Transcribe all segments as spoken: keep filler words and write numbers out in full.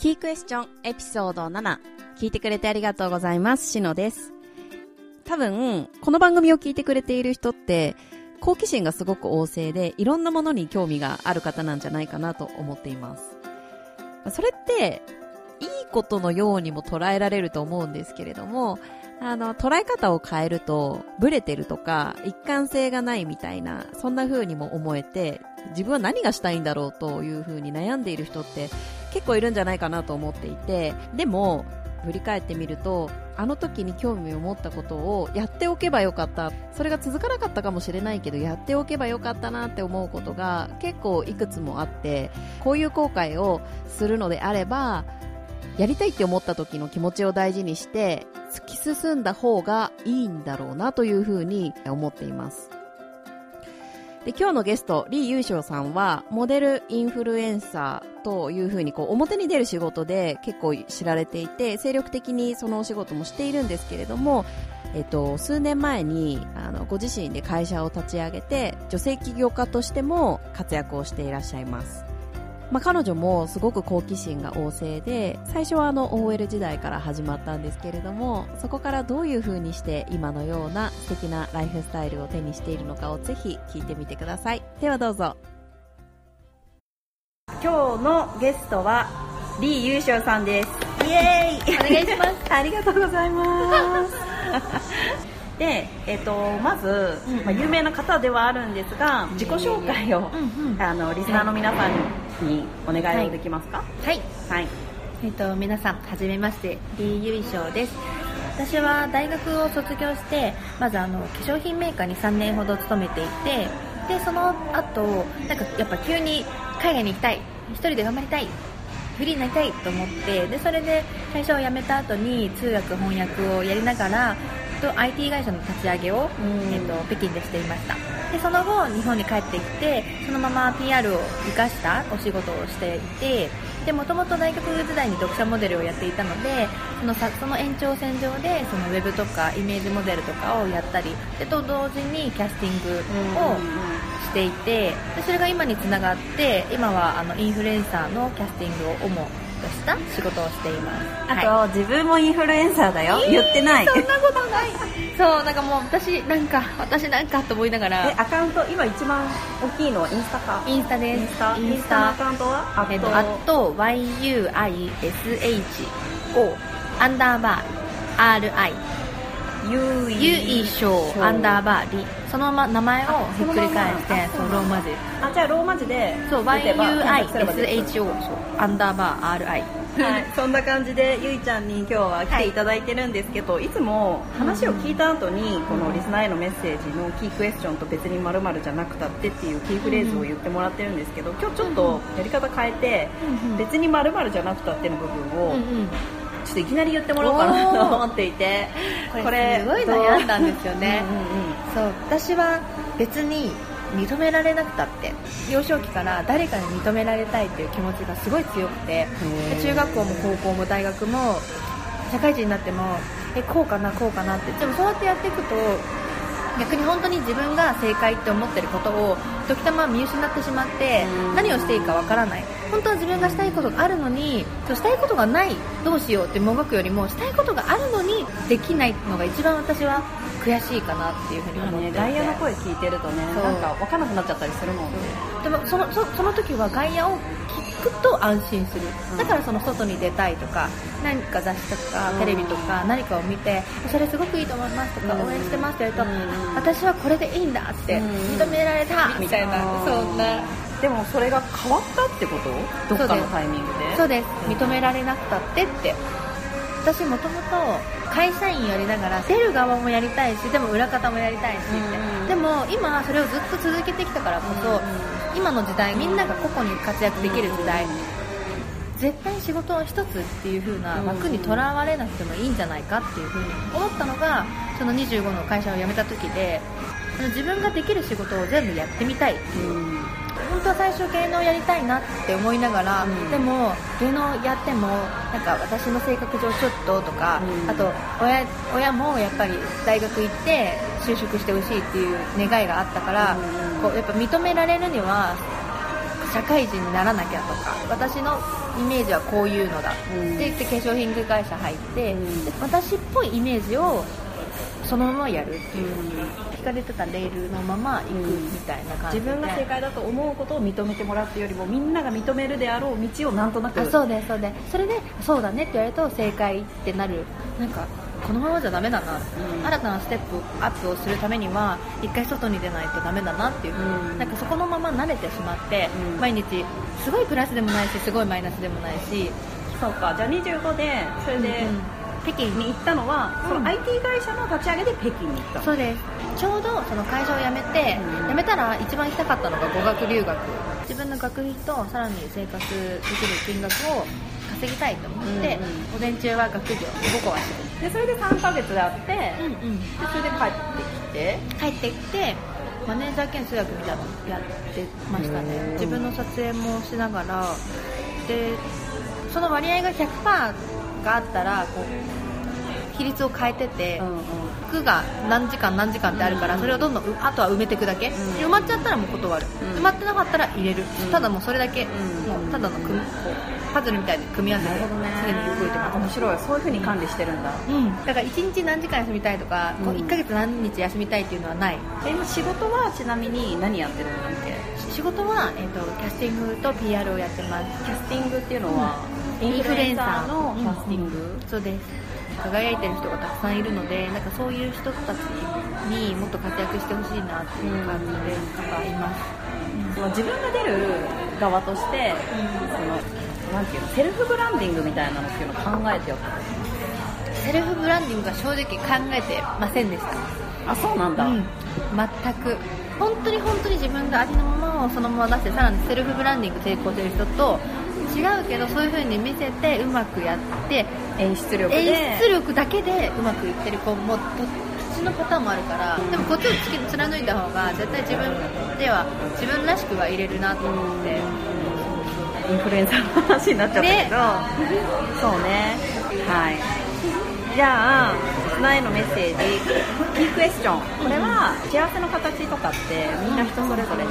キークエスチョンエピソードなな、聞いてくれてありがとうございます。しのです。多分この番組を聞いてくれている人って好奇心がすごく旺盛で、いろんなものに興味がある方なんじゃないかなと思っています。それっていいことのようにも捉えられると思うんですけれども、あの捉え方を変えるとブレてるとか一貫性がないみたいな、そんな風にも思えて、自分は何がしたいんだろうという風に悩んでいる人って結構いるんじゃないかなと思っていて、でも振り返ってみると、あの時に興味を持ったことをやっておけばよかった、それが続かなかったかもしれないけどやっておけばよかったなって思うことが結構いくつもあって、こういう後悔をするのであればやりたいって思った時の気持ちを大事にして突き進んだ方がいいんだろうなというふうに思っています。で、今日のゲスト李優勝さんはモデルインフルエンサーというふうにこう表に出る仕事で結構知られていて、精力的にそのお仕事もしているんですけれども、えっと、数年前にあのご自身で会社を立ち上げて女性起業家としても活躍をしていらっしゃいます。まあ、彼女もすごく好奇心が旺盛で、最初はあの オーエル 時代から始まったんですけれども、そこからどういう風にして今のような素敵なライフスタイルを手にしているのかをぜひ聞いてみてください。ではどうぞ。今日のゲストは李優勝さんです。イエーイ、 お願いしますありがとうございますで、えー、とまず、うんまあ、有名な方ではあるんですが、自己紹介を、うんうん、あのリスナーの皆さんにお願いできますか？ はい、はい、えー、と皆さんはじめまして、李優勝です。私は大学を卒業してまずあの化粧品メーカーにさんねんほど勤めていて、でその後なんかやっぱ急に海外に行きたい、一人で頑張りたい、フリーになりたいと思って、でそれで会社を辞めた後に通訳翻訳をやりながらアイティー 会社の立ち上げを、えー、と北京でしていました。でその後日本に帰ってきて、そのまま ピーアール を生かしたお仕事をしていて、でもともと大学時代に読者モデルをやっていたので、そのさその延長線上でそのウェブとかイメージモデルとかをやったりで、と同時にキャスティングをしていて、でそれが今につながって、今はあのインフルエンサーのキャスティングを主とした仕事をしています。 あと、はい、自分もインフルエンサーだよ、えー、言ってない。 そんなことないそうなんかもう私なんか私なんかと思いながら。 えアカウント今一番大きいのはインスタか？ インスタです。 インスタ、インスタのアカウントはアット、アット ワイユーアイエスエイチオー アンダーバー アールアイ ゆいしょうアンダーバーリ、そのまま名前をひっくり返して、そうローマ字、 あじゃあローマ字でそう ワイユーアイエスエイチオー アンダーバー アールアイはい、そんな感じでゆいちゃんに今日は来ていただいてるんですけど、はい、いつも話を聞いた後に、うん、このリスナーへのメッセージのキークエスチョンと別に〇〇じゃなくたってっていうキーフレーズを言ってもらってるんですけど、今日ちょっとやり方変えて、うん、別に〇〇じゃなくたっての部分を、うんうん、ちょっといきなり言ってもらおうかなと思っていて、 これすごい悩んだんですよねうんうん、うん、そう私は別に認められなくたって、幼少期から誰かに認められたいっていう気持ちがすごい強くて、中学校も高校も大学も社会人になってもえこうかなこうかなって、でもそうやってやっていくと逆に本当に自分が正解って思ってることを時たま見失ってしまって、何をしていいかわからない、本当は自分がしたいことがあるのに、そうしたいことがないどうしようってもがくよりも、したいことがあるのにできないのが一番私は悔しいかなっていうふうに思っていて、 外野の声聞いてるとね、なんか分からなくなっちゃったりするもんね。 でもその そ, その時は外野を聞くと安心する、だからその外に出たいとか、何か雑誌とかテレビとか何かを見て、それすごくいいと思いますとか、応援してますって言われると、私はこれでいいんだって認められたみたいな、そんな。 でもそれが変わったってこと？どっかのタイミングで？ そうです、認められなくたってって。私もともと会社員やりながら出る側もやりたいし、でも裏方もやりたいしって、でも今それをずっと続けてきたからこそ、今の時代みんなが個々に活躍できる時代、絶対仕事を一つっていう風な枠にとらわれなくてもいいんじゃないかっていう風に思ったのが、そのにじゅうごの会社を辞めた時で、自分ができる仕事を全部やってみたいっていう、本当は最初芸能やりたいなって思いながら、うん、でも芸能やってもなんか私の性格上ちょっととか、うん、あと 親, 親もやっぱり大学行って就職してほしいっていう願いがあったから、うん、こうやっぱ認められるには社会人にならなきゃとか、私のイメージはこういうのだ、うん、って言って化粧品会社入って、うん、で私っぽいイメージをそのままやるっていう、うん、聞かれてたレールのまま行くみたいな感じで、 自分が正解だと思うことを認めてもらうっていうよりも、みんなが認めるであろう道をなんとなく、 あ、そうですそうです、それでそうだねって言われると正解ってなる。なんかこのままじゃダメだな、うん、新たなステップアップをするためには一回外に出ないとダメだなっていう、うん、なんかそこのまま慣れてしまって、うん、毎日すごいプラスでもないしすごいマイナスでもないし。 そうか、じゃあにじゅうごでそれで、うんうん、北京に行ったのは、うん、その アイティー 会社の立ち上げで北京に行ったの。 そうです。ちょうどその会社を辞めて、うん、辞めたら一番行きたかったのが語学留学、自分の学費とさらに生活できる金額を稼ぎたいと思って、うんうん、午前中は学業、午後は仕事で、それでさんかげつやって、うんうん、でそれで帰ってきて帰ってきてマネージャー兼通訳みたいなのやってましたね。自分の撮影もしながらで、その割合が ひゃくパーセント があったらこう比率を変えてて、うんうん、服が何時間何時間ってあるから、それをどんどんあとは埋めていくだけ、うん、埋まっちゃったらもう断る、うん、埋まってなかったら入れる、うん、ただもうそれだけ、うん、もうただの組こうパズルみたいに組み合わせて常に動いてます。 面白い、そういう風に管理してるんだ、 うん、だからいちにち何時間休みたいとか、うん、こういっかげつ何日休みたいっていうのはない。 今仕事はちなみに何やってるんだっけ？ 仕事は、えーと、キャスティングと ピーアール をやってます。 キャスティングっていうのは、うん、インフルエンサーのキャスティング、うんうん、 そうです。輝いてる人がたくさんいるので、なんかそういう人たちにもっと活躍してほしいなっていう感じで、なんかいます、 うん、その自分が出る側として、うん、そのなんていうの、セルフブランディングみたいなのっていうのを考えておく。 セルフブランディングは正直考えてませんでした。 あ、そうなんだ、うん、 全く本当に本当に自分がありのままをそのまま出して、さらにセルフブランディング成功してる人と違うけどそういう風に見せてうまくやって演出力で演出力だけでうまくいってる子もどっちのパターンもあるから、でもこっちを貫いた方が絶対自分では自分らしくはいれるなと思って。 インフルエンサーの話になっちゃったけど、ね、そうね。はい、じゃあ砂へのメッセージ、キークエスチョン、これは幸せの形とかってみんな人それぞれ違って、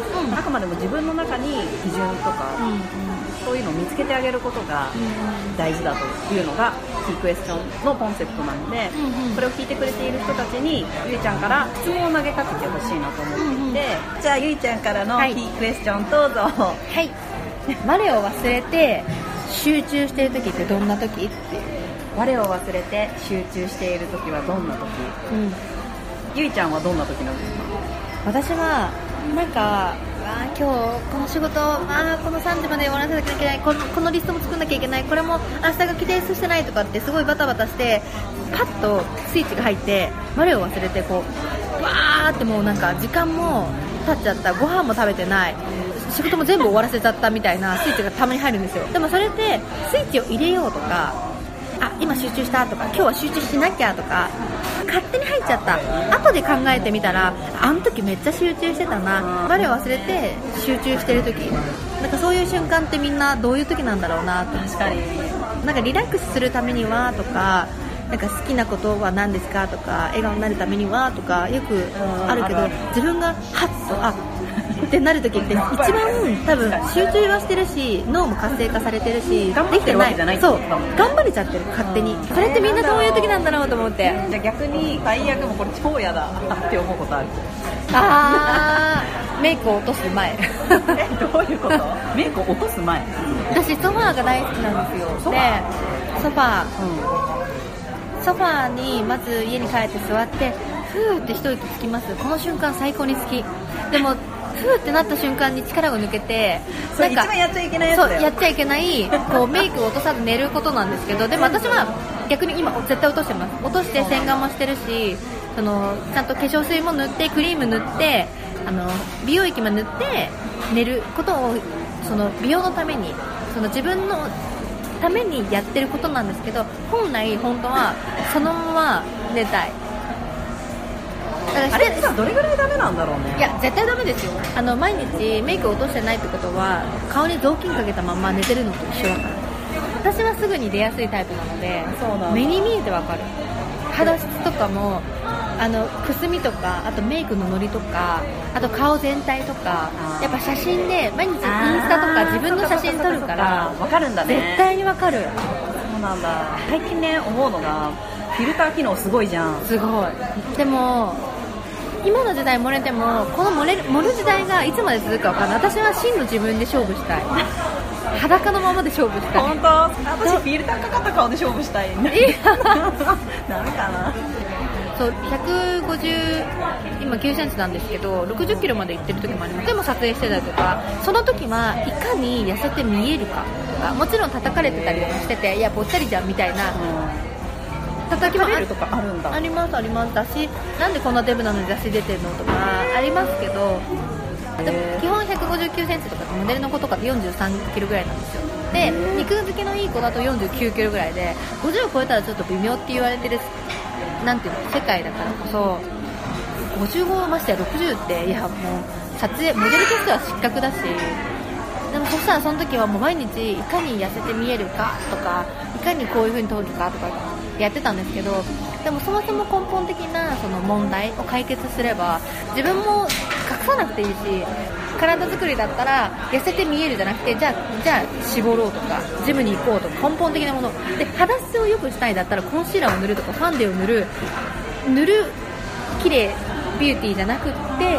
うん、あくまでも自分の中に基準とか、うん、そういうのを見つけてあげることが大事だというのがキークエスチョンのコンセプトなので、うんうん、これを聞いてくれている人たちにゆいちゃんから質問を投げかけてほしいなと思っていて、うんうん、じゃあゆいちゃんからのキークエスチョンどうぞ。 はい、我を忘れて集中している時ってどんな時っていう。 我を忘れて集中している時はどんな時、うん、ゆいちゃんはどんな時なんですか？ 私はなんか、あ今日この仕事、あこのさんじまで終わらせなきゃいけない、この、このリストも作んなきゃいけない、これも明日が期待してないとかってすごいバタバタしてパッとスイッチが入って我を忘れてこうわーってもうなんか時間も経っちゃった、ご飯も食べてない、仕事も全部終わらせちゃったみたいなスイッチがたまに入るんですよ。でもそれってスイッチを入れようとか、あ今集中したとか今日は集中しなきゃとか勝手に入っちゃった、後で考えてみたらあの時めっちゃ集中してたな、我を忘れて集中してる時、なんかそういう瞬間ってみんなどういう時なんだろうなと。 確かになんかリラックスするためにはとか、なんか好きなことは何ですかとか、笑顔になるためにはとかよくあるけど、自分がハッとあってなる時って一番多分集中はしてるし脳も活性化されてるし頑張ってるわけじゃない、 そう頑張れちゃってる勝手に。それってみんなどういう時なんだろうと思って。 じゃあ逆に最悪もこれ超嫌だって思うことある？ あーメイクを落とす前えどういうこと？メイクを落とす前？ 私ソファーが大好きなんですよ。でソファー、うん、ソファーにまず家に帰って座ってふーって一息つきます。この瞬間最高に好き。でもふーってなった瞬間に力が抜けて、 それ一番やっちゃいけないやつだよ。 そうやっちゃいけないこうメイクを落とさず寝ることなんですけど、でも私は逆に今絶対落としてます。落として洗顔もしてるし、そのちゃんと化粧水も塗ってクリーム塗ってあの美容液も塗って寝ることをその美容のためにその自分のためにやってることなんですけど、本来本当はそのまま寝たい。 あれさどれぐらいダメなんだろうね。 いや絶対ダメですよ。あの毎日メイクを落としてないってことは顔に雑巾かけたまま寝てるのと一緒だから。私はすぐに出やすいタイプなので、そうだ目に見えてわかる。肌質とかもあのくすみとか、あとメイクのノリとか、あと顔全体とか、やっぱ写真で毎日インスタとか自分の写真撮るからわかるんだね。 絶対にわかる。 そうなんだ。最近ね思うのがフィルター機能すごいじゃん。 すごい。でも今の時代漏れてもこの漏れる盛る時代がいつまで続くかわかんない。私は真の自分で勝負したい。裸のままで勝負したい。 本当？私フィルターかかった顔で勝負したい。ダメかな。 そうひゃくごじゅう今きゅうセンチなんですけどろくじゅっキロまで行ってる時もあります。でも撮影してたりとか、その時はいかに痩せて見えるかとか、もちろん叩かれてたりもしてて、いやぽっちゃりじゃんみたいな、うん、叩きもあるとかあるんだ。ありますあります。だしなんでこんなデブなのに雑誌出てるのとかありますけど、でも基本ひゃくごじゅうきゅうセンチとかモデルの子とかでよんじゅうさんキロぐらいなんですよ。で肉付けのいい子だとよんじゅうきゅうキロぐらいで、ごじゅうを超えたらちょっと微妙って言われてるなんていうの世界だからこそ、ごじゅうごましてやろくじゅうっていやもう撮影モデルとしては失格だし、でもそしたらその時はもう毎日いかに痩せて見えるかとか、いかにこういう風に撮るかとかやってたんですけど、でもそもそも根本的なその問題を解決すれば自分も隠さなくていいし、体作りだったら痩せて見えるじゃなくて、じゃあじゃあ絞ろうとかジムに行こうとか根本的なもので、肌質を良くしたいだったらコンシーラーを塗るとかファンデを塗る塗る綺麗ビューティーじゃなくって、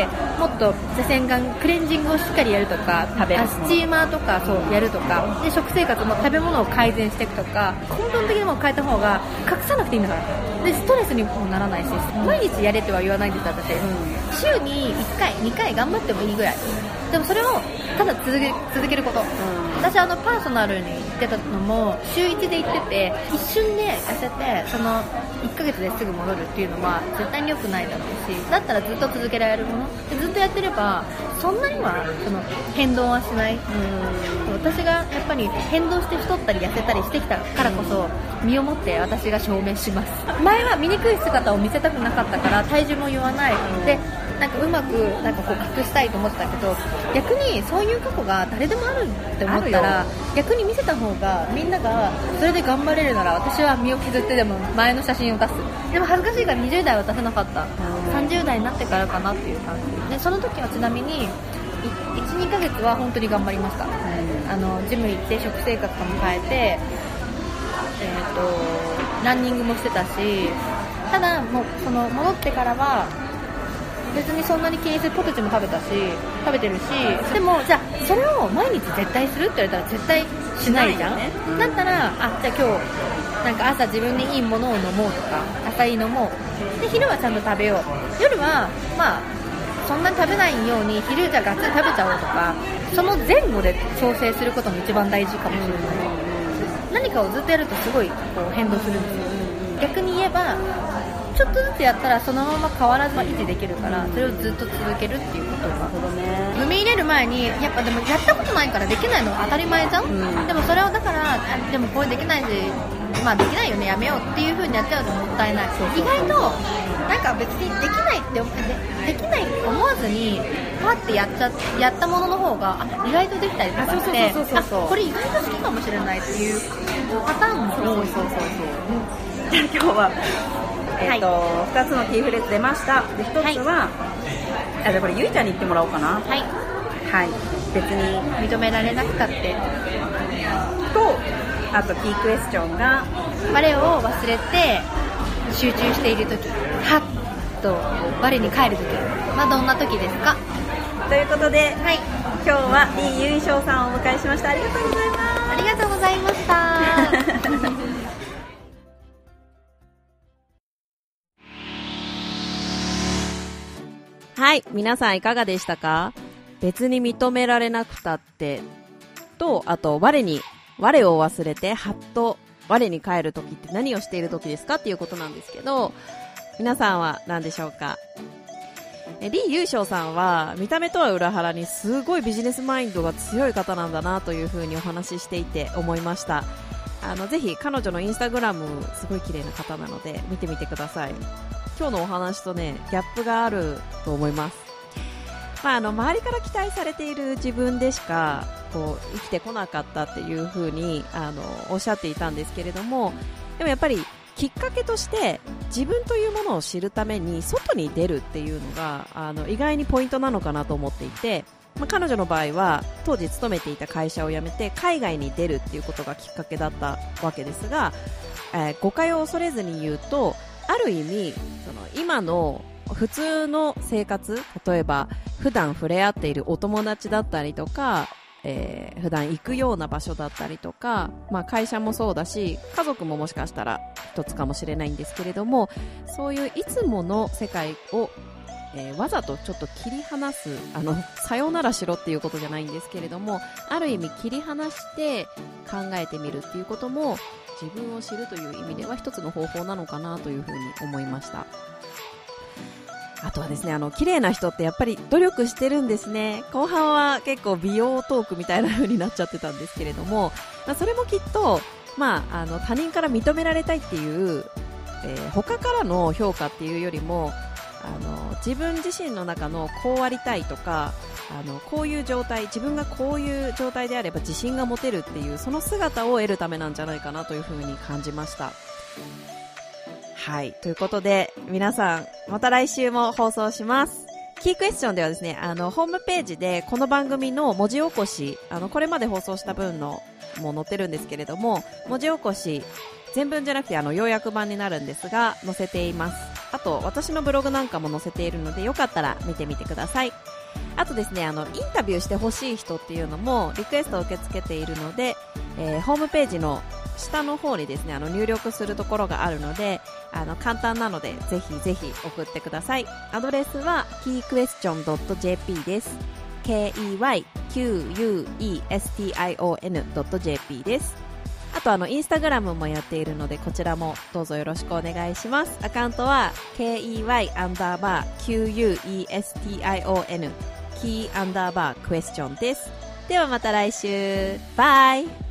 もっと洗顔クレンジングをしっかりやるとか、 食べるスチーマーとかそうやるとかで、食生活も食べ物を改善していくとか、根本的なものを変えた方が隠さなくていいんだから。でストレスにもならないし、毎日やれとは言わないんです私、うん、週にいっかいにかい頑張ってもいいぐらい。でもそれをただ続け続けること、うん、私あのパーソナルに行ってたのも週いちで行ってて、一瞬で痩せてそのいっかげつですぐ戻るっていうのは絶対に良くないだろうし、だったらずっと続けられるものでずっとやってればそんなにはその変動はしない。うん、私がやっぱり変動して太ったり痩せたりしてきたからこそ身をもって私が証明します。前は醜い姿を見せたくなかったから体重も言わないで、なんかうまくなんかこう隠したいと思ってたけど、逆にそういう過去が誰でもあるって思ったら逆に見せた方がみんながそれで頑張れるなら、私は身を削ってでも前の写真を出す。でも恥ずかしいからにじゅう代は出せなかった。さんじゅう代になってからかなっていう感じで、その時はちなみにいち、にかげつは本当に頑張りました。あのジム行って食生活も変えて、えーとランニングもしてたし、ただもうその戻ってからは別にそんなに気にせずポテチも食べたし食べてるし、でもじゃあそれを毎日絶対するって言われたら絶対しないじゃん、ね、うん、だったらあじゃあ今日なんか朝自分にいいものを飲もうとか、朝いい飲もうで、昼はちゃんと食べよう、夜はまあそんなに食べないように昼じゃあガッツリ食べちゃおうとか、その前後で調整することも一番大事かもしれない。何かをずっとやるとすごいこう変動するんですよ。逆に言えばちょっとずつやったらそのまま変わらず維持できるから、それをずっと続けるっていうことが、踏み入れる前にやっぱでもやったことないからできないのは当たり前じゃん、うん、でもそれをだからでもこれできないし、まあできないよねやめようっていう風にやっちゃうともったいない。そうそうそう、意外となんか別にできないって思でできないと思わずにパッてやっちゃやったものの方があ意外とできたりとかして、あこれ意外と好きかもしれないっていうパターンも多い。そうそうそうそう、 うん、じゃあ今日はえーとはい、ふたつのキーフレーズ出ました。でひとつは、はい、あじゃあこれゆいちゃんに言ってもらおうかな。 はい、 はい、別に認められなくたってと、あとキークエスチョンが我を忘れて集中しているとき、はっと我に帰るとき、まあどんなときですかということで、 はい、 今日はリー・ユイショウさんをお迎えしました。ありがとうございます。 ありがとうございましたはい、皆さんいかがでしたか？別に認められなくたってと、あと我に我を忘れてはっと我に帰るときって何をしているときですかっていうことなんですけど、皆さんは何でしょうか？リー・ユイショウさんは見た目とは裏腹にすごいビジネスマインドが強い方なんだなというふうにお話ししていて思いました。あのぜひ彼女のインスタグラムすごい綺麗な方なので見てみてください。今日のお話とねギャップがあると思います。まあ、あの周りから期待されている自分でしかこう生きてこなかったっていう風にあのおっしゃっていたんですけれども、でもやっぱりきっかけとして自分というものを知るために外に出るっていうのがあの意外にポイントなのかなと思っていて、まあ、彼女の場合は当時勤めていた会社を辞めて海外に出るっていうことがきっかけだったわけですが、えー、誤解を恐れずに言うと、ある意味その今の普通の生活、例えば普段触れ合っているお友達だったりとか、えー、普段行くような場所だったりとか、まあ、会社もそうだし家族ももしかしたら一つかもしれないんですけれども、そういういつもの世界を、えー、わざとちょっと切り離す、あのさよならしろっていうことじゃないんですけれども、ある意味切り離して考えてみるっていうことも自分を知るという意味では一つの方法なのかなというふうに思いました。あとはですね、あの綺麗な人ってやっぱり努力してるんですね。後半は結構美容トークみたいな風になっちゃってたんですけれども、まあ、それもきっと、まあ、あの他人から認められたいっていう、えー、他からの評価っていうよりも、あの自分自身の中のこうありたいとか、あのこういう状態、自分がこういう状態であれば自信が持てるっていう、その姿を得るためなんじゃないかなという風に感じました。はい。ということで、皆さん、また来週も放送します。キークエスチョンではですね、あの、ホームページでこの番組の文字起こし、あの、これまで放送した分のも載ってるんですけれども、文字起こし、全文じゃなくてあの、要約版になるんですが、載せています。あと、私のブログなんかも載せているので、よかったら見てみてください。あとですね、あの、インタビューしてほしい人っていうのも、リクエストを受け付けているので、えー、ホームページの下の方にですね、あの入力するところがあるので、あの簡単なのでぜひぜひ送ってください。アドレスは キークエスチョンドットジェーピー です。 ケーイーワイキューユーイーエスティーアイオーエヌドットジェーピー です。あとあのインスタグラムもやっているので、こちらもどうぞよろしくお願いします。アカウントは ケーイーワイ アンダーバー キューユーイーエスティーアイオーエヌ キーアンダーバークエスチョンです。ではまた来週。バイ。